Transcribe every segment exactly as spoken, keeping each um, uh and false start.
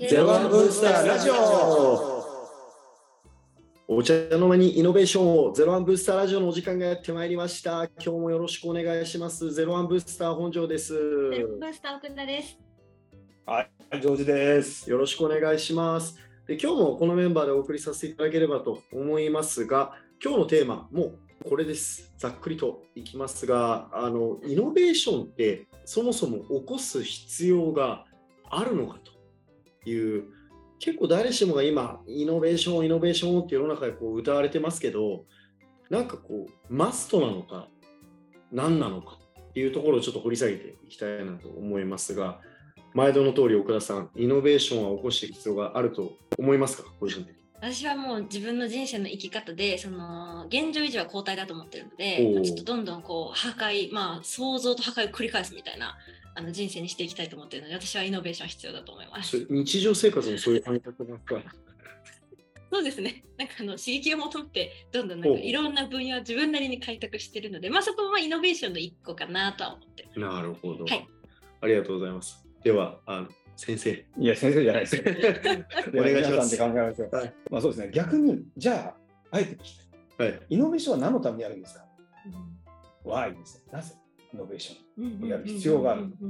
ゼロワンブースターラジオ。お茶の間にイノベーションをゼロワンブースターラジオのお時間がやってまいりました。今日もよろしくお願いします。ゼロワンブースター本庄です。 ゼロワンブースター奥田です。 はい、ジョージです。 よろしくお願いします。で、今日もこのメンバーでお送りさせていただければと思いますが、今日のテーマもうこれです。ざっくりといきますが、あのイノベーションってそもそも起こす必要があるのかという、結構誰しもが今イノベーションイノベーションって世の中でこう歌われてますけど、なんかこうマストなのか何なのかっていうところをちょっと掘り下げていきたいなと思いますが、毎度の通り奥田さん、イノベーションは起こしていく必要があると思いますか？個人的に。 私はもう自分の人生の生き方で、その現状維持は後退だと思ってるので、ちょっとどんどんこう破壊、まあ創造と破壊を繰り返すみたいなあの人生にしていきたいと思っているので、私はイノベーション必要だと思います。 日常生活もそういう感覚なんかそうですね。なんかあの刺激を求めてどんどんなんかいろんな分野を自分なりに開拓しているので、まあそこはイノベーションの一個かなとは思ってる。 なるほど、 はい。 ありがとうございます。ではあの先生。 いや先生じゃないですよ。 お願いします。 皆さんって考えましょう。はい、まあそうですね。逆にじゃああえて聞きたい。はい。イノベーションは何のためにやるんですか？うん、Why です。なぜイノベーションをやる必要があるのか。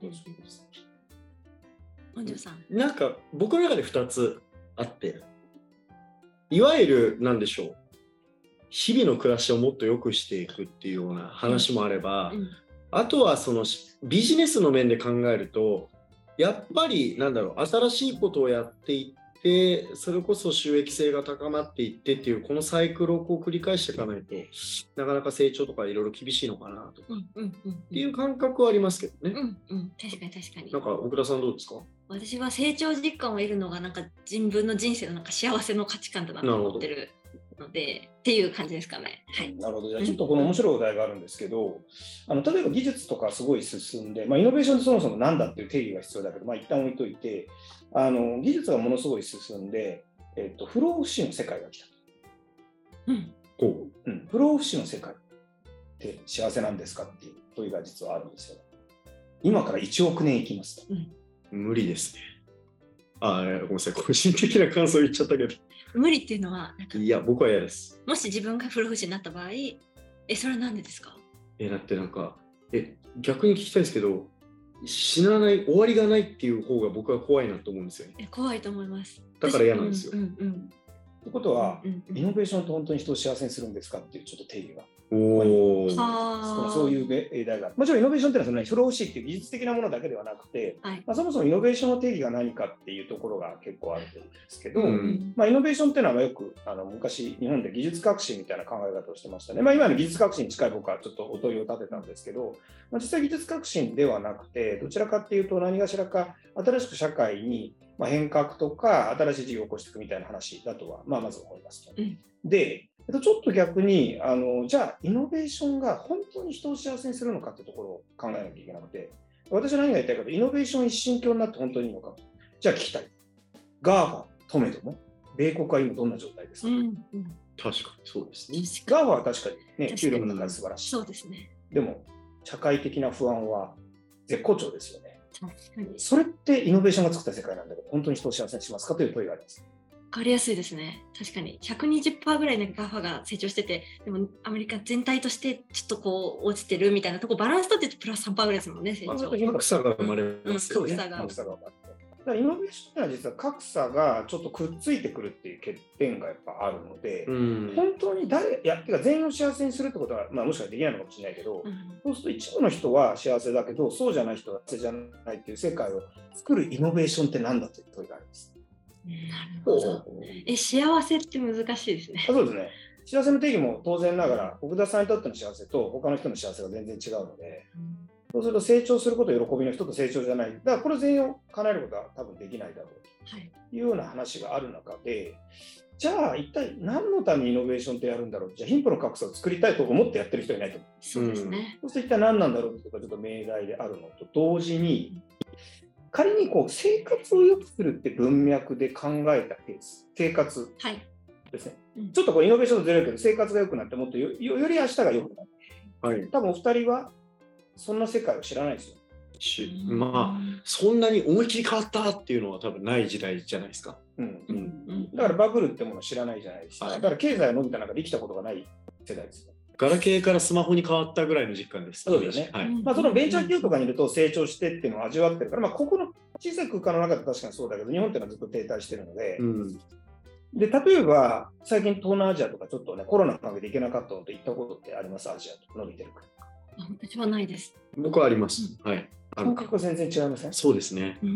本庄さん。 なんか僕の中でふたつあって、いわゆる何でしょう。日々の暮らしをもっと良くしていくっていうような話もあれば、うんうん、あとはそのビジネスの面で考えると。やっぱりなんだろう、新しいことをやっていって、それこそ収益性が高まっていってっていうこのサイクルをこう繰り返していかないとなかなか成長とかいろいろ厳しいのかなとかっていう感覚はありますけどね。 うんうん、確かに確かに。 なんか奥田さんどうですか？ 私は成長実感を得るのがなんか自分の人生のなんか幸せの価値観だなと思ってるのでっていう感じですかね。はい、 なるほど。じゃあちょっとこの面白いお題があるんですけど、あの例えば技術とかすごい進んで、まあ、イノベーションってそもそも何だっていう定義が必要だけど、まあ、一旦置いといて、あの技術がものすごい進んで、えっと、不老不死の世界が来たと。 うん、 うん、不老不死の世界って幸せなんですかっていう問いが実はあるんですよ。今からいちおくねんいきますと。 うん、無理ですね。ああ、ごめんなさい、個人的な感想言っちゃったけど。 無理っていうのはなんか、 いや、僕は嫌です。 もし自分が不老不死になった場合、え、それはなんでですか？ え、だってなんか、え、逆に聞きたいですけど、死なない、終わりがないっていう方が僕は怖いなと思うんですよね。 え、怖いと思います。 だから嫌なんですよ。 うんうんうん、 ということは、うんうん、イノベーションって本当に人を幸せにするんですかっていうちょっと定義が。 おそういう例題がある。もちろんイノベーションっていうのはその、ね、不老不死っていう技術的なものだけではなくて、はい、まあ、そもそもイノベーションの定義が何かっていうところが結構あると思うんですけど、うん、まあ、イノベーションっていうのはよくあの昔日本で技術革新みたいな考え方をしてましたね。まあ、今の技術革新に近い僕はちょっとお問いを立てたんですけど、まあ、実際技術革新ではなくてどちらかっていうと何がしらか新しく社会に変革とか新しい事業を起こしていくみたいな話だとは、まあ、まず思います、ね。うん、でちょっと逆にあのじゃあイノベーションが本当に人を幸せにするのかってところを考えなきゃいけなくて、私は何が言いたいかとイノベーション一神教になって本当にいいのかと。じゃあ聞きたい。ガーファ、トメドも米国は今どんな状態ですか？うんうん、 確かにそうですね。 ガーファは確かにね給料の中で素晴らしい。 そうですね。 でも社会的な不安は絶好調ですよね。 確かに。 それってイノベーションが作った世界なんだけど本当に人を幸せにしますかという問いがあります。 分かりやすいですね。確かに ひゃくにじゅっパーセント ぐらいなんかガファが成長してて、でもアメリカ全体としてちょっとこう落ちてるみたいなとこバランスとってプラス さんパーセント ぐらいですもんね、成長。 格差が生まれますよね。 格差が。 格差が生まれて。だからイノベーションってのは実は格差がちょっとくっついてくるっていう欠点がやっぱあるので、うん、本当に誰いやてか全員を幸せにするってことは、まあ、もしかしたらできないのかもしれないけど、うん、そうすると一部の人は幸せだけどそうじゃない人は幸せじゃないっていう世界を作るイノベーションって何だという問いがあります。 なるほど。え、幸せって難しいですね。 あ、そうですね。幸せの定義も当然ながら、奥田さんにとっての幸せと他の人の幸せが全然違うので、うん、そうすると成長すること喜びの人と成長じゃない。だからこれ全員を叶えることは多分できないだろうというような話がある中で、じゃあ一体何のためにイノベーションってやるんだろう。じゃあ貧富の格差を作りたいと思ってやってる人いないと思う。 そうですね。 そうすると一体何なんだろうとかちょっと命題であるのと同時に、仮にこう生活を良くするって文脈で考えたケース、生活ですね。はい、うん、ちょっとこうイノベーションとずれるけど、生活が良くなってもっと よ, より明日が良くなる。はい、多分お二人はそんな世界を知らないですよ。 まあそんなに思いっきり変わったっていうのは多分ない時代じゃないですか。 うんうん、だからバブルってものを知らないじゃないですか。だから経済が伸びた中で生きたことがない世代ですね。 ガラケーからスマホに変わったぐらいの実感です。 そうですね。はい、まあそのベンチャー企業とかにいると成長してっていうのを味わってるから、まあここの小さい空間の中で確かにそうだけど、日本っていうのはずっと停滞してるので、うん、で例えば最近東南アジアとかちょっとねコロナの関係で行けなかったのと行ったことってあります？アジアと伸びてるから。 私はないです。 僕はあります。うん、はい。 感覚は全然違いません？ そうですね。 うん、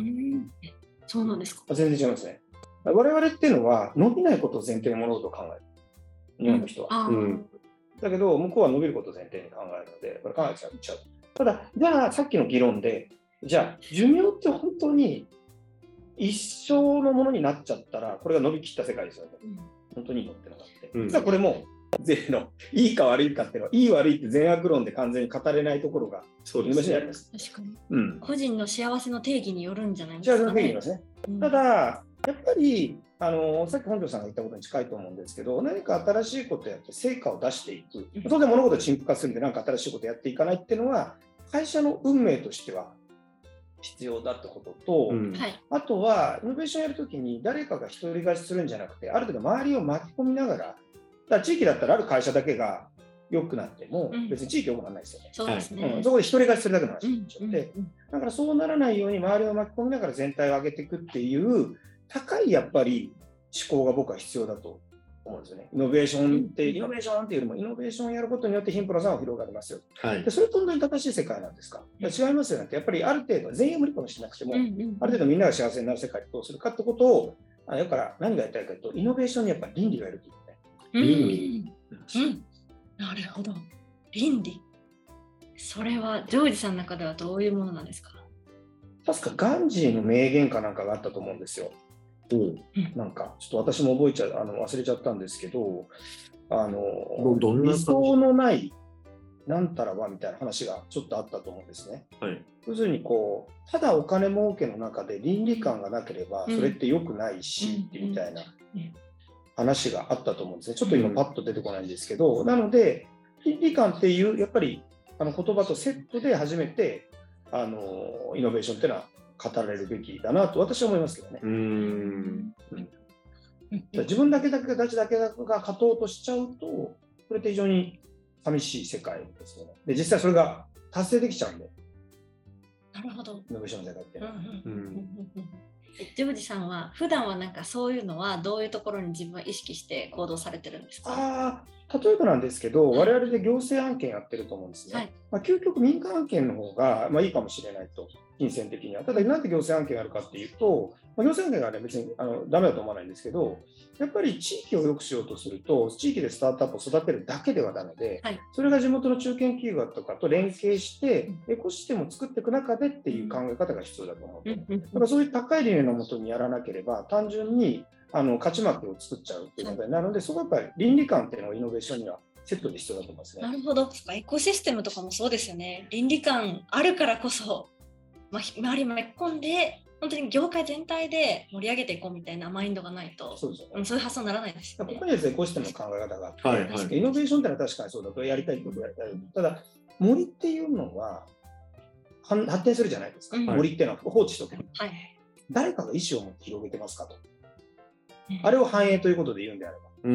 そうなんですか。 全然違いますね。我々っていうのは伸びないことを前提に物事を考える。日本の人は。うん、だけど向こうは伸びることを前提に考えるので、これ考えちゃう。ただ、じゃあさっきの議論で、じゃあ寿命って本当に一生のものになっちゃったら、これが伸びきった世界ですよね。うん、本当にいいのってのがあって。うん、実はこれも税のいいか悪いかっていうのは、いい悪いって善悪論で完全に語れないところがそうですね。あります。 確かに、うん。個人の幸せの定義によるんじゃないですかね。 幸せの定義によりますね。うん、ただ、やっぱりあのさっき本庄さんが言ったことに近いと思うんですけど、何か新しいことをやって成果を出していく、当然物事が陳腐化するんで、何か新しいことをやっていかないっていうのは、会社の運命としては必要だってことと、うん、あとはイノベーションやるときに誰かが一人勝ちするんじゃなくて、ある程度周りを巻き込みながら、だから地域だったらある会社だけが良くなっても、うん、別に地域良くならないですよね。 そうですね。 うん、そこで一人勝ちするだけの話になっちゃって、うんうん、だからそうならないように周りを巻き込みながら全体を上げていくっていう高いやっぱり思考が僕は必要だと思うんですよね。イノベーションって、イノベーションっていうよりも、イノベーションをやることによって貧富の差が広がりますよ。はい、でそれと本当に正しい世界なんですか？いや違いますよねって、やっぱりある程度、全員を無理かもしれなくても、うんうん、ある程度みんなが幸せになる世界をどうするかってことを、あだから何がやりたいかというと、イノベーションにやっぱり倫理がいるというね。 倫理、うんうん、なるほど。倫理。それはジョージさんの中ではどういうものなんですか？ 確かガンジーの名言かなんかがあったと思うんですよ。うん、なんかちょっと私も覚えちゃあの忘れちゃったんですけど、あの理想のないなんたらはみたいな話がちょっとあったと思うんですね。はい、要するにこうただお金儲けの中で倫理観がなければそれって良くないし、うん、みたいな話があったと思うんですね。ちょっと今パッと出てこないんですけど、なので倫理観っていうやっぱりあの言葉とセットで初めてあのイノベーションっていうのは語られるべきだなと私は思いますけどね。うーん、うん、自分だけだけたちだけが勝とうとしちゃうとこれって非常に寂しい世界ですよね。で実際それが達成できちゃうんで。 なるほど。 イノベーションの世界って。 ジョージさんは普段はなんかそういうのはどういうところに自分は意識して行動されてるんですか？ あ例えばなんですけど、我々で行政案件やってると思うんですね。はい、まあ、究極民間案件の方が、まあ、いいかもしれないと、金銭的には。ただ、なんで行政案件があるかっていうと、まあ、行政案件が、ね、別にあのダメだと思わないんですけど、やっぱり地域を良くしようとすると、地域でスタートアップを育てるだけではダメで、はい、それが地元の中堅企業とかと連携して、エコシステムを作っていく中でっていう考え方が必要だと思う。だからそういう高い理念のもとにやらなければ、単純にあの勝ち負けを作っちゃうっていうことになるので、そこはやっぱり倫理観っていうのがイノベーションにはセットで必要だと思いますね。 なるほど。エコシステムとかもそうですよね。倫理観あるからこそ、まあ、周り巻き込んで本当に業界全体で盛り上げていこうみたいなマインドがないと、そうですよね、うん、そういう発想にならないですよね。 ここにですね、エコシステムの考え方があって、はいはい、イノベーションってのは確かにそうだとやりたいことをやりたい。ただ森っていうのは発展するじゃないですか。うん、森っていうのは放置しておく、はい、誰かが意思を持って広げてますかと、うん、あれを繁栄ということで言うんであれば、うん、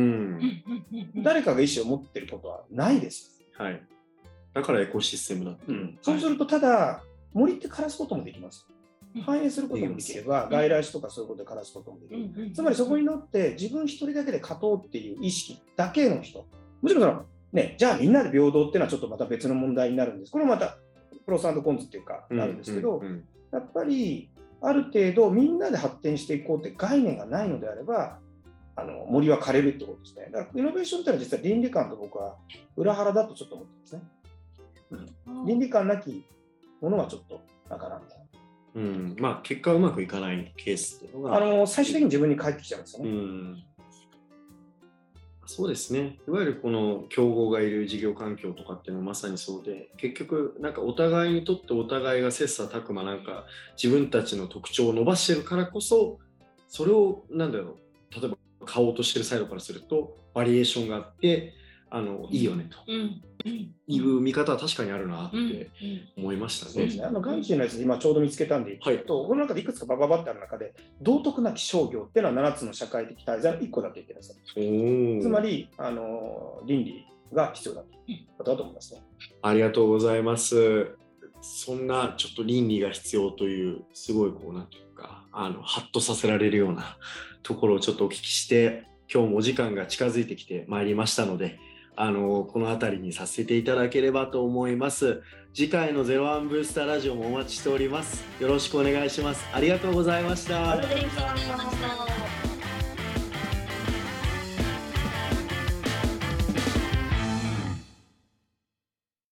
誰かが意思を持っていることはないです。はい。だからエコシステムだって、うん、そうするとただ森って枯らすこともできます。反映することもできれば、外来種とかそういうことで枯らすこともできる。うんうん、つまりそこに乗って自分一人だけで勝とうっていう意識だけの人。もちろんその、ね、じゃあみんなで平等っていうのはちょっとまた別の問題になるんです。これもまたプロス&コンツっていうかなるんですけど、うんうんうん、やっぱりある程度みんなで発展していこうって概念がないのであれば、あの森は枯れるってことですね。だからイノベーションっていうのは実は倫理観と僕は裏腹だとちょっと思ってますね。うん、倫理観なきものはちょっとなかなか。うん、まあ結果うまくいかないケースっていうのがあの最終的に自分に返ってきちゃうんですよね。うん、そうですね。いわゆるこの競合がいる事業環境とかっていうのはまさにそうで、結局なんかお互いにとってお互いが切磋琢磨なんか自分たちの特徴を伸ばしてるからこそ、それをなんだろう、例えば買おうとしてるサイドからするとバリエーションがあってあのいいよねと、うん、 いう見方は確かにあるなって思いましたね。 そうですね。あのガンジーのやつ今ちょうど見つけたんで言うと、はい、この中でいくつかバババってある中で道徳なき商業っていうのはななつの社会的大罪のいっこだと言ってるんですよ。つまりあの倫理が必要だということだと思いますね。 ありがとうございます。そんなちょっと倫理が必要というすごいこうなんていうかあのハッとさせられるようなところをちょっとお聞きして、今日もお時間が近づいてきてまいりましたので、あのこの辺りにさせていただければと思います。次回のゼロワンブースターラジオもお待ちしております。よろしくお願いします。ありがとうございました。 ありがとうございました。